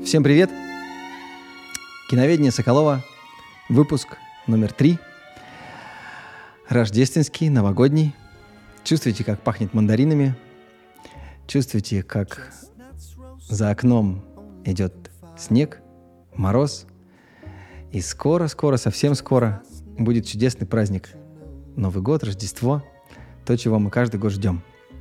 Всем привет! Киноведение Соколова, выпуск номер 3. Рождественский, новогодний. Чувствуете, как пахнет мандаринами? Чувствуете, как за окном идет снег, мороз? И скоро, совсем скоро будет чудесный праздник. Новый год, Рождество. То, чего мы каждый год ждем.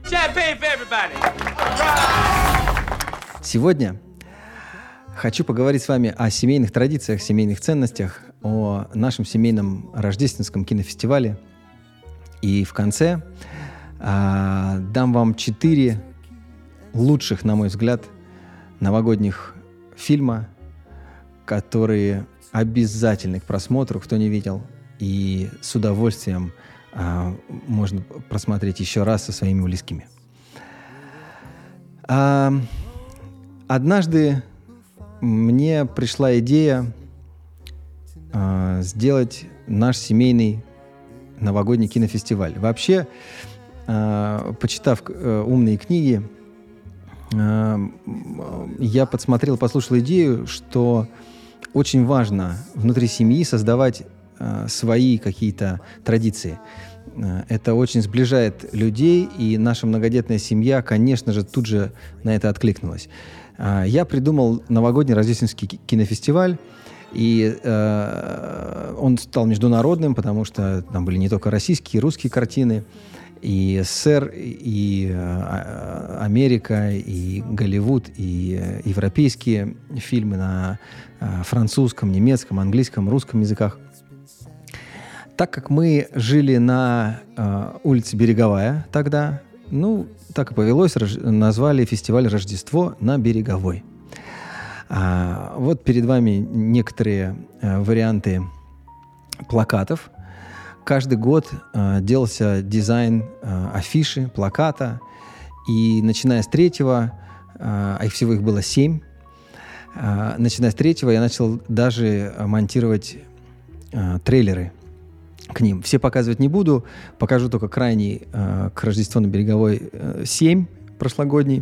Сегодня хочу поговорить с вами о семейных традициях, семейных ценностях, о нашем семейном рождественском кинофестивале. И в конце дам вам 4 лучших, на мой взгляд, новогодних фильма, которые обязательны к просмотру, кто не видел, и с удовольствием можно просмотреть еще раз со своими близкими. Однажды мне пришла идея сделать наш семейный новогодний кинофестиваль. Вообще, почитав умные книги, я послушал идею, что очень важно внутри семьи создавать свои какие-то традиции. Это очень сближает людей, и наша многодетная семья, конечно же, тут же на это откликнулась. Я придумал новогодний рождественский кинофестиваль, и он стал международным, потому что там были не только российские, русские картины, и СССР, и Америка, и Голливуд, и европейские фильмы на французском, немецком, английском, русском языках. Так как мы жили на улице Береговая тогда, так и повелось, назвали фестиваль «Рождество на Береговой». Вот перед вами некоторые варианты плакатов. Каждый год делался дизайн афиши, плаката, и начиная с 3-го, а всего их было 7, начиная с 3-го я начал даже монтировать трейлеры к ним. Все показывать не буду, покажу только крайний к Рождеству на Береговой 7 прошлогодний.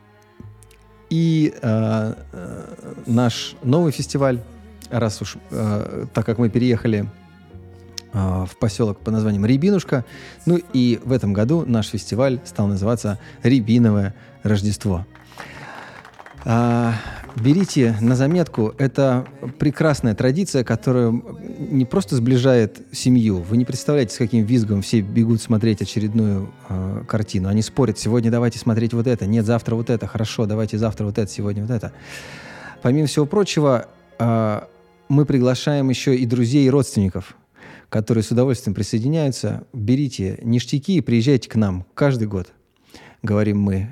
И наш новый фестиваль, так как мы переехали в поселок под названием Рябинушка, и в этом году наш фестиваль стал называться «Рябиновое Рождество». Берите на заметку, это прекрасная традиция, которая не просто сближает семью. Вы не представляете, с каким визгом все бегут смотреть очередную картину. Они спорят: сегодня давайте смотреть вот это, нет, завтра вот это, хорошо, давайте завтра вот это, сегодня вот это. Помимо всего прочего, мы приглашаем еще и друзей и родственников, которые с удовольствием присоединяются. Берите ништяки и приезжайте к нам каждый год, говорим мы,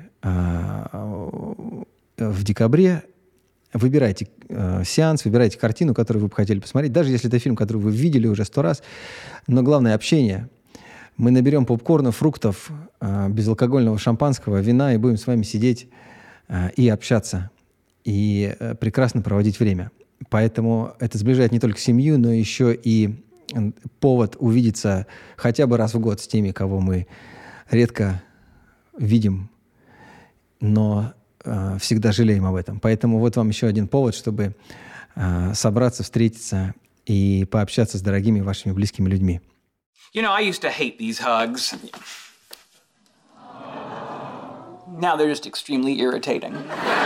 в декабре. Выбирайте сеанс, выбирайте картину, которую вы бы хотели посмотреть, даже если это фильм, который вы видели уже 100 раз. Но главное — общение. Мы наберем попкорна, фруктов, безалкогольного шампанского, вина и будем с вами сидеть и общаться, и прекрасно проводить время. Поэтому это сближает не только семью, но еще и повод увидеться хотя бы раз в год с теми, кого мы редко видим, но всегда жалеем об этом. Поэтому вот вам еще один повод, чтобы собраться, встретиться и пообщаться с дорогими вашими близкими людьми. You know, I used to hate these hugs. Now they're just extremely irritating.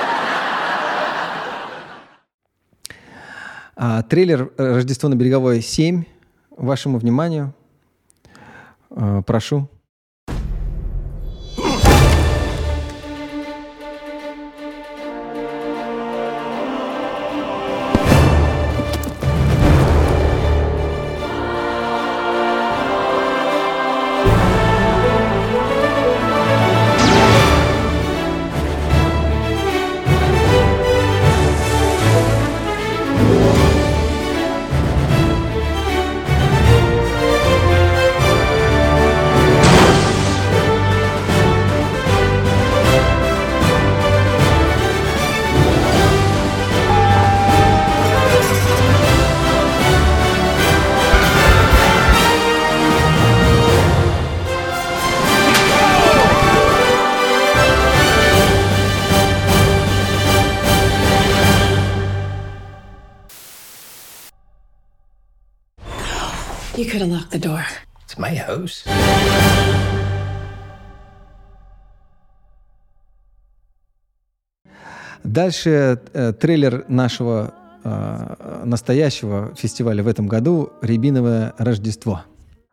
Трейлер «Рождество на Береговой 7» вашему вниманию. Прошу. You could have locked the door. It's my house. Дальше трейлер нашего настоящего фестиваля в этом году «Рябиновое Рождество».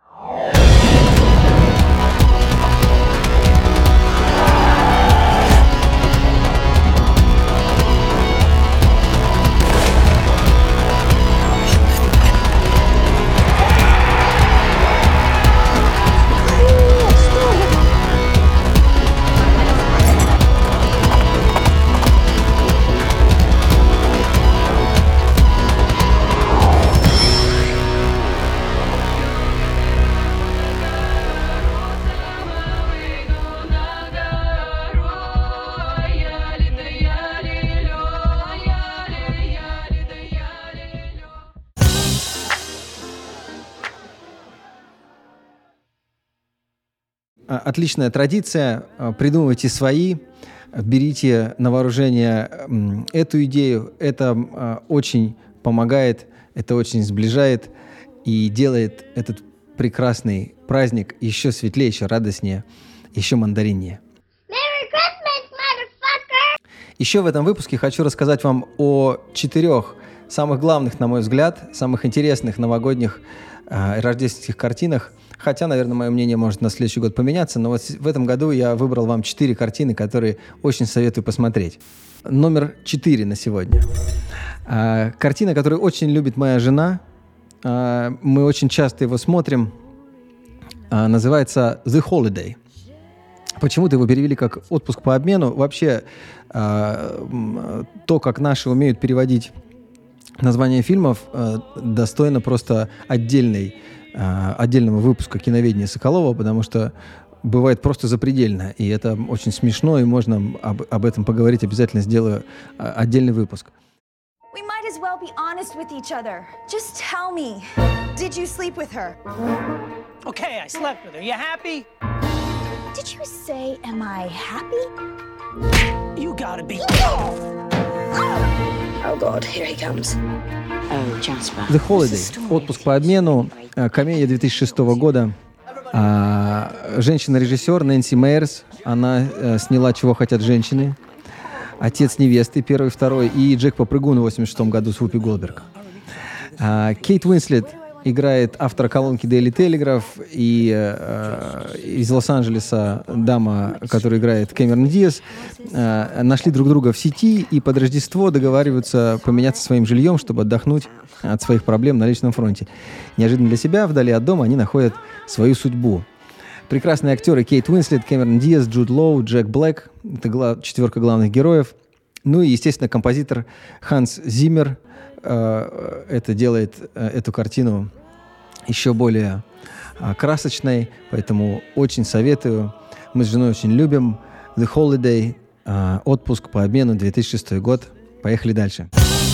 Отличная традиция. Придумывайте свои, берите на вооружение эту идею. Это очень помогает, это очень сближает и делает этот прекрасный праздник еще светлее, еще радостнее, еще мандариннее. Merry Christmas, motherfucker! Еще в этом выпуске хочу рассказать вам о 4 самых главных, на мой взгляд, самых интересных новогодних рождественских картинах. Хотя, наверное, мое мнение может на следующий год поменяться, но вот в этом году я выбрал вам 4 картины, которые очень советую посмотреть. Номер 4 на сегодня. Картина, которую очень любит моя жена. Мы очень часто его смотрим. Называется «The Holiday». Почему-то его перевели как «Отпуск по обмену». Вообще, то, как наши умеют переводить названия фильмов, достойно просто отдельного выпуска киноведения Соколова, потому что бывает просто запредельно, и это очень смешно, и можно об этом поговорить. Обязательно сделаю отдельный выпуск. We might as well be honest with each other. Just tell me, did you sleep with her? Okay, I slept with her. You happy? Did you say, am I happy? You gotta be. Oh God, here he comes. Oh, Jasper. «The Holiday» — «Отпуск по обмену», комедия 2006 года. Женщина-режиссер Нэнси Мейерс, она сняла «Чего хотят женщины», «Отец невесты» 1 и 2, и «Джек Попрыгун» в 86 году с Вупи Голдберг. Кейт Уинслет играет автора колонки Daily Telegraph, и из Лос-Анджелеса дама, которая играет Кэмерон Диаз, нашли друг друга в сети и под Рождество договариваются поменяться своим жильем, чтобы отдохнуть от своих проблем на личном фронте. Неожиданно для себя, вдали от дома, они находят свою судьбу. Прекрасные актеры Кейт Уинслет, Кэмерон Диаз, Джуд Лоу, Джек Блэк. Это 4 главных героев. Ну и, естественно, композитор Ханс Зиммер. Это делает эту картину еще более красочной, поэтому очень советую. Мы с женой очень любим «The Holiday», «Отпуск по обмену», 2006 год. Поехали дальше.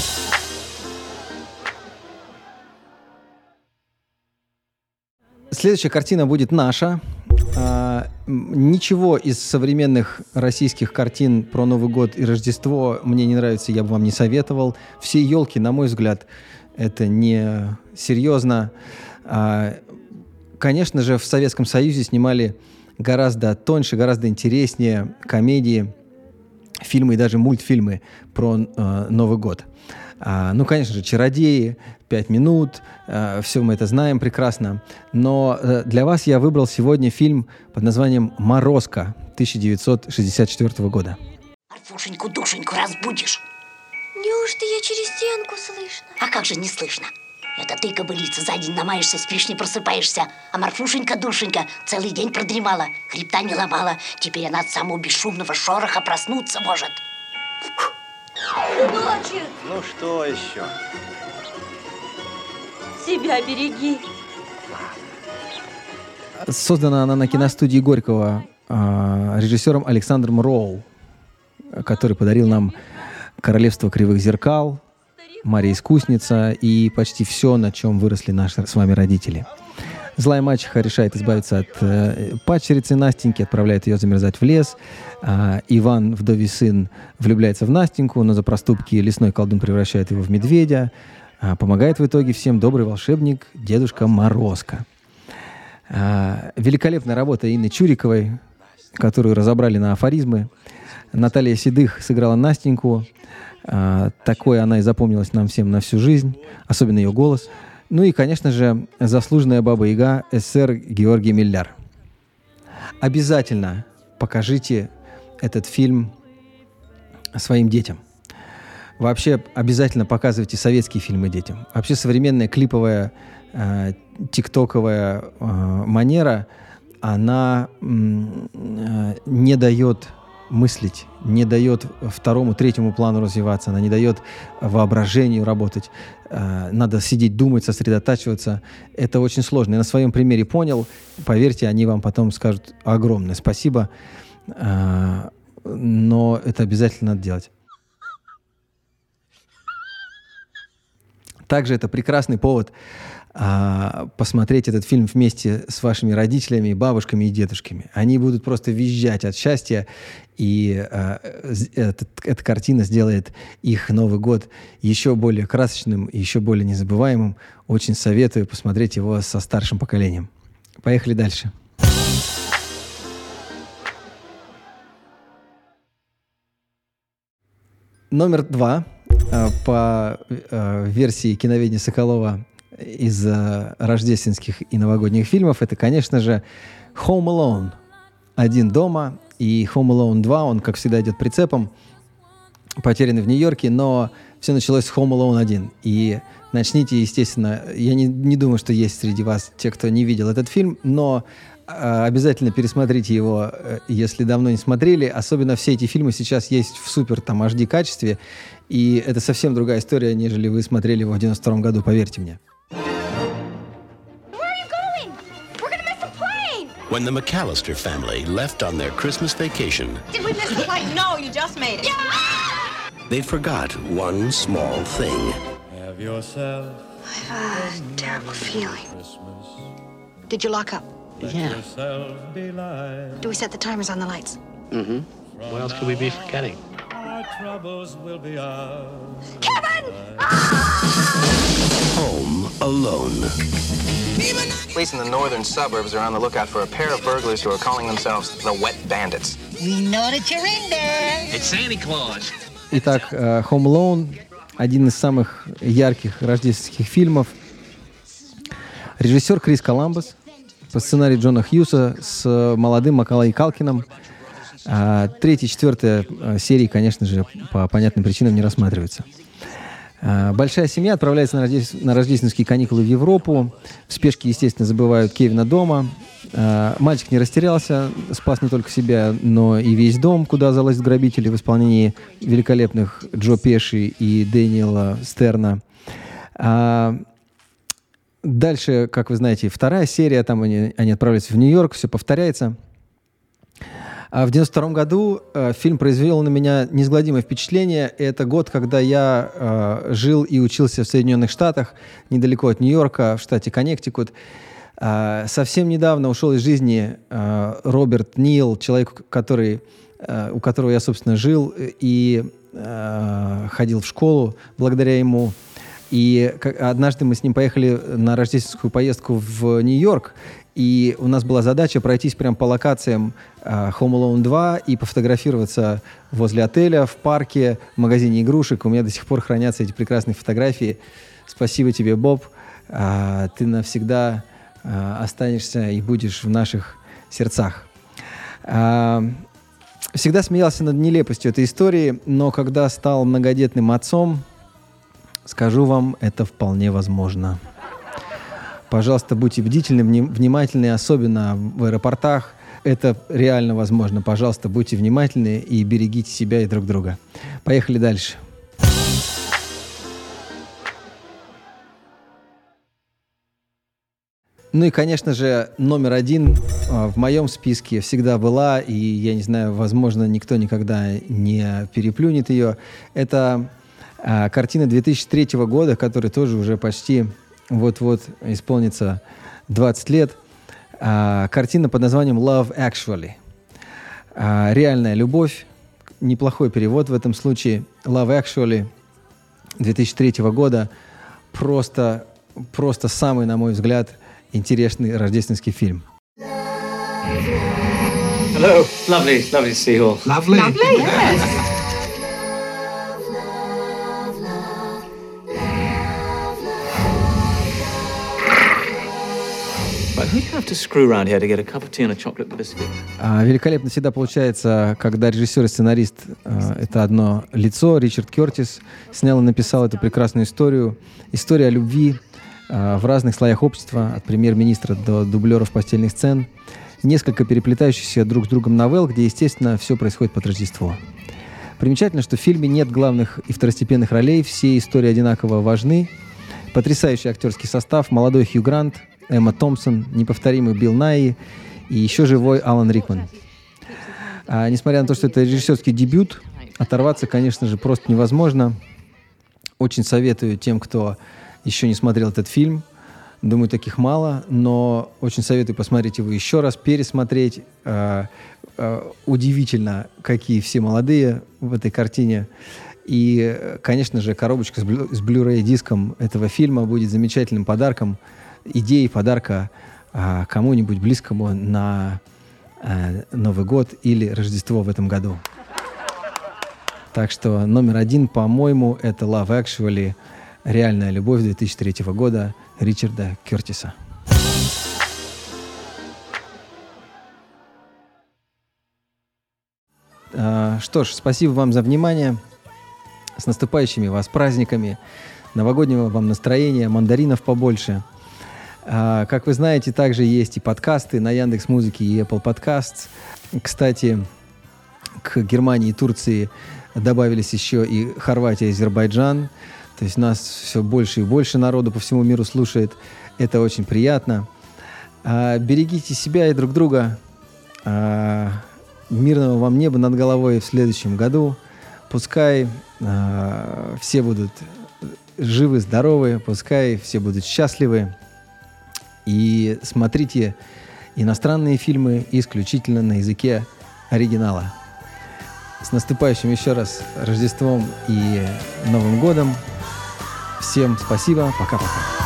Следующая картина будет наша. Ничего из современных российских картин про Новый год и Рождество мне не нравится, я бы вам не советовал. Все елки, на мой взгляд, это не серьезно. Конечно же, в Советском Союзе снимали гораздо тоньше, гораздо интереснее комедии, фильмы и даже мультфильмы про Новый год. Ну, конечно же, «Чародеи», «5 минут», все мы это знаем прекрасно. Но для вас я выбрал сегодня фильм под названием «Морозко» 1964 года. Марфушеньку-душеньку разбудишь. Неужто я через стенку слышно? А как же не слышно? Это ты, кобылица, за день намаешься, спишь, не просыпаешься. А Марфушенька-душенька целый день продремала, хребта не ломала. Теперь она от самого бесшумного шороха проснуться может. Сыночек, Ну что еще? себя береги. Создана она на киностудии Горького режиссером Александром Роу, который подарил нам «Королевство кривых зеркал», «Марья Искусница» и почти все, на чем выросли наши с вами родители. Злая мачеха решает избавиться от падчерицы Настеньки, отправляет ее замерзать в лес. Иван, вдовий сын, влюбляется в Настеньку, но за проступки лесной колдун превращает его в медведя. помогает в итоге всем добрый волшебник Дедушка Морозко. Великолепная работа Инны Чуриковой, которую разобрали на афоризмы. Наталья Седых сыграла Настеньку. Такой она и запомнилась нам всем на всю жизнь, особенно ее голос. Ну и, конечно же, заслуженная Баба-Яга СССР Георгий Милляр. Обязательно покажите этот фильм своим детям. Вообще обязательно показывайте советские фильмы детям. Вообще современная клиповая, тиктоковая манера, она не дает мыслить, не дает второму, третьему плану развиваться, она не дает воображению работать. Надо сидеть, думать, сосредотачиваться. Это очень сложно. Я на своем примере понял. Поверьте, они вам потом скажут огромное спасибо, но это обязательно надо делать. Также это прекрасный повод посмотреть этот фильм вместе с вашими родителями, бабушками и дедушками. Они будут просто визжать от счастья, и эта картина сделает их Новый год еще более красочным, еще более незабываемым. Очень советую посмотреть его со старшим поколением. Поехали дальше. Номер 2 по версии киноведения Соколова из рождественских и новогодних фильмов, это, конечно же, Home Alone. «Один дома», и Home Alone 2, он, как всегда, идет прицепом, «Потерянный в Нью-Йорке», но все началось с Home Alone 1. И начните, естественно, я не думаю, что есть среди вас те, кто не видел этот фильм, но обязательно пересмотрите его, если давно не смотрели. Особенно все эти фильмы сейчас есть в супер там HD качестве, и это совсем другая история, нежели вы смотрели его в 92 году, поверьте мне. When the McAllister family left on their Christmas vacation, Did we miss the flight? No, you just made it. they forgot one small thing. Have yourself I've a terrible feeling. Did you lock up? Yeah. yourself delight. Do we set the timers on the lights? What else could we be forgetting? Our troubles will be ours. Home Alone. Police in the northern suburbs are on the lookout for a pair of burglars who are calling themselves the Wet Bandits. We know that you're in there. It's Santa Claus. Итак, Home Alone – один из самых ярких рождественских фильмов. Режиссер Крис Коламбус по сценарию Джона Хьюза с молодым Маколей Калкином. Третья и четвертая серии, конечно же, по понятным причинам не рассматриваются. Большая семья отправляется на рождественские каникулы в Европу. В спешке, естественно, забывают Кевина дома. Мальчик не растерялся, спас не только себя, но и весь дом, куда залазят грабители в исполнении великолепных Джо Пеши и Дэниела Стерна. Дальше, как вы знаете, вторая серия, там они отправляются в Нью-Йорк, все повторяется. В 92 году фильм произвел на меня неизгладимое впечатление. Это год, когда я жил и учился в Соединенных Штатах, недалеко от Нью-Йорка, в штате Коннектикут. Совсем недавно ушел из жизни Роберт Нил, человек, у которого я, собственно, жил и ходил в школу благодаря ему. И однажды мы с ним поехали на рождественскую поездку в Нью-Йорк, и у нас была задача пройтись прямо по локациям Home Alone 2 и пофотографироваться возле отеля, в парке, в магазине игрушек. У меня до сих пор хранятся эти прекрасные фотографии. Спасибо тебе, Боб. Ты навсегда останешься и будешь в наших сердцах. Всегда смеялся над нелепостью этой истории, но когда стал многодетным отцом, скажу вам, это вполне возможно. Пожалуйста, будьте бдительны, внимательны, особенно в аэропортах. Это реально возможно. Пожалуйста, будьте внимательны и берегите себя и друг друга. Поехали дальше. Ну и, конечно же, номер 1 в моем списке всегда была, и, я не знаю, возможно, никто никогда не переплюнет ее. Это картина 2003 года, которая тоже уже почти вот-вот исполнится 20 лет. Картина под названием Love Actually. Реальная любовь. Неплохой перевод в этом случае. Love Actually 2003 года. просто самый, на мой взгляд, интересный рождественский фильм. Hello. Lovely to see you all. Lovely. Yes. Right, who do you have to screw around here to get a cup of tea and a chocolate biscuit? Великолепно всегда получается, когда режиссер и сценарист это одно лицо. Ричард Кертис снял и написал эту прекрасную историю. История о любви в разных слоях общества, от премьер-министра до дублеров постельных сцен. Несколько переплетающихся друг с другом новелл, где, естественно, все происходит под Рождество. Примечательно, что в фильме нет главных и второстепенных ролей, все истории одинаково важны. Потрясающий актерский состав, молодой Хью Грант, Эмма Томпсон, неповторимый Билл Найи и еще живой Алан Рикман. Несмотря на то, что это режиссерский дебют, оторваться, конечно же, просто невозможно. Очень советую тем, кто еще не смотрел этот фильм. Думаю, таких мало, но очень советую посмотреть его еще раз, пересмотреть. Удивительно, какие все молодые в этой картине. И, конечно же, коробочка с Blu-ray диском этого фильма будет замечательным подарком, идеей подарка кому-нибудь близкому на Новый год или Рождество в этом году. Так что номер 1, по-моему, это Love Actually, реальная любовь 2003 года Ричарда Кертиса. Что ж, спасибо вам за внимание. С наступающими вас праздниками, новогоднего вам настроения, мандаринов побольше. Как вы знаете, также есть и подкасты на Яндекс.Музыке и Apple Podcasts. Кстати, к Германии и Турции добавились еще и Хорватия и Азербайджан. То есть нас все больше и больше народу по всему миру слушает. Это очень приятно. Берегите себя и друг друга. Мирного вам неба над головой в следующем году. Пускай все будут живы, здоровы, пускай все будут счастливы. И смотрите иностранные фильмы исключительно на языке оригинала. С наступающим еще раз Рождеством и Новым годом. Всем спасибо. Пока-пока.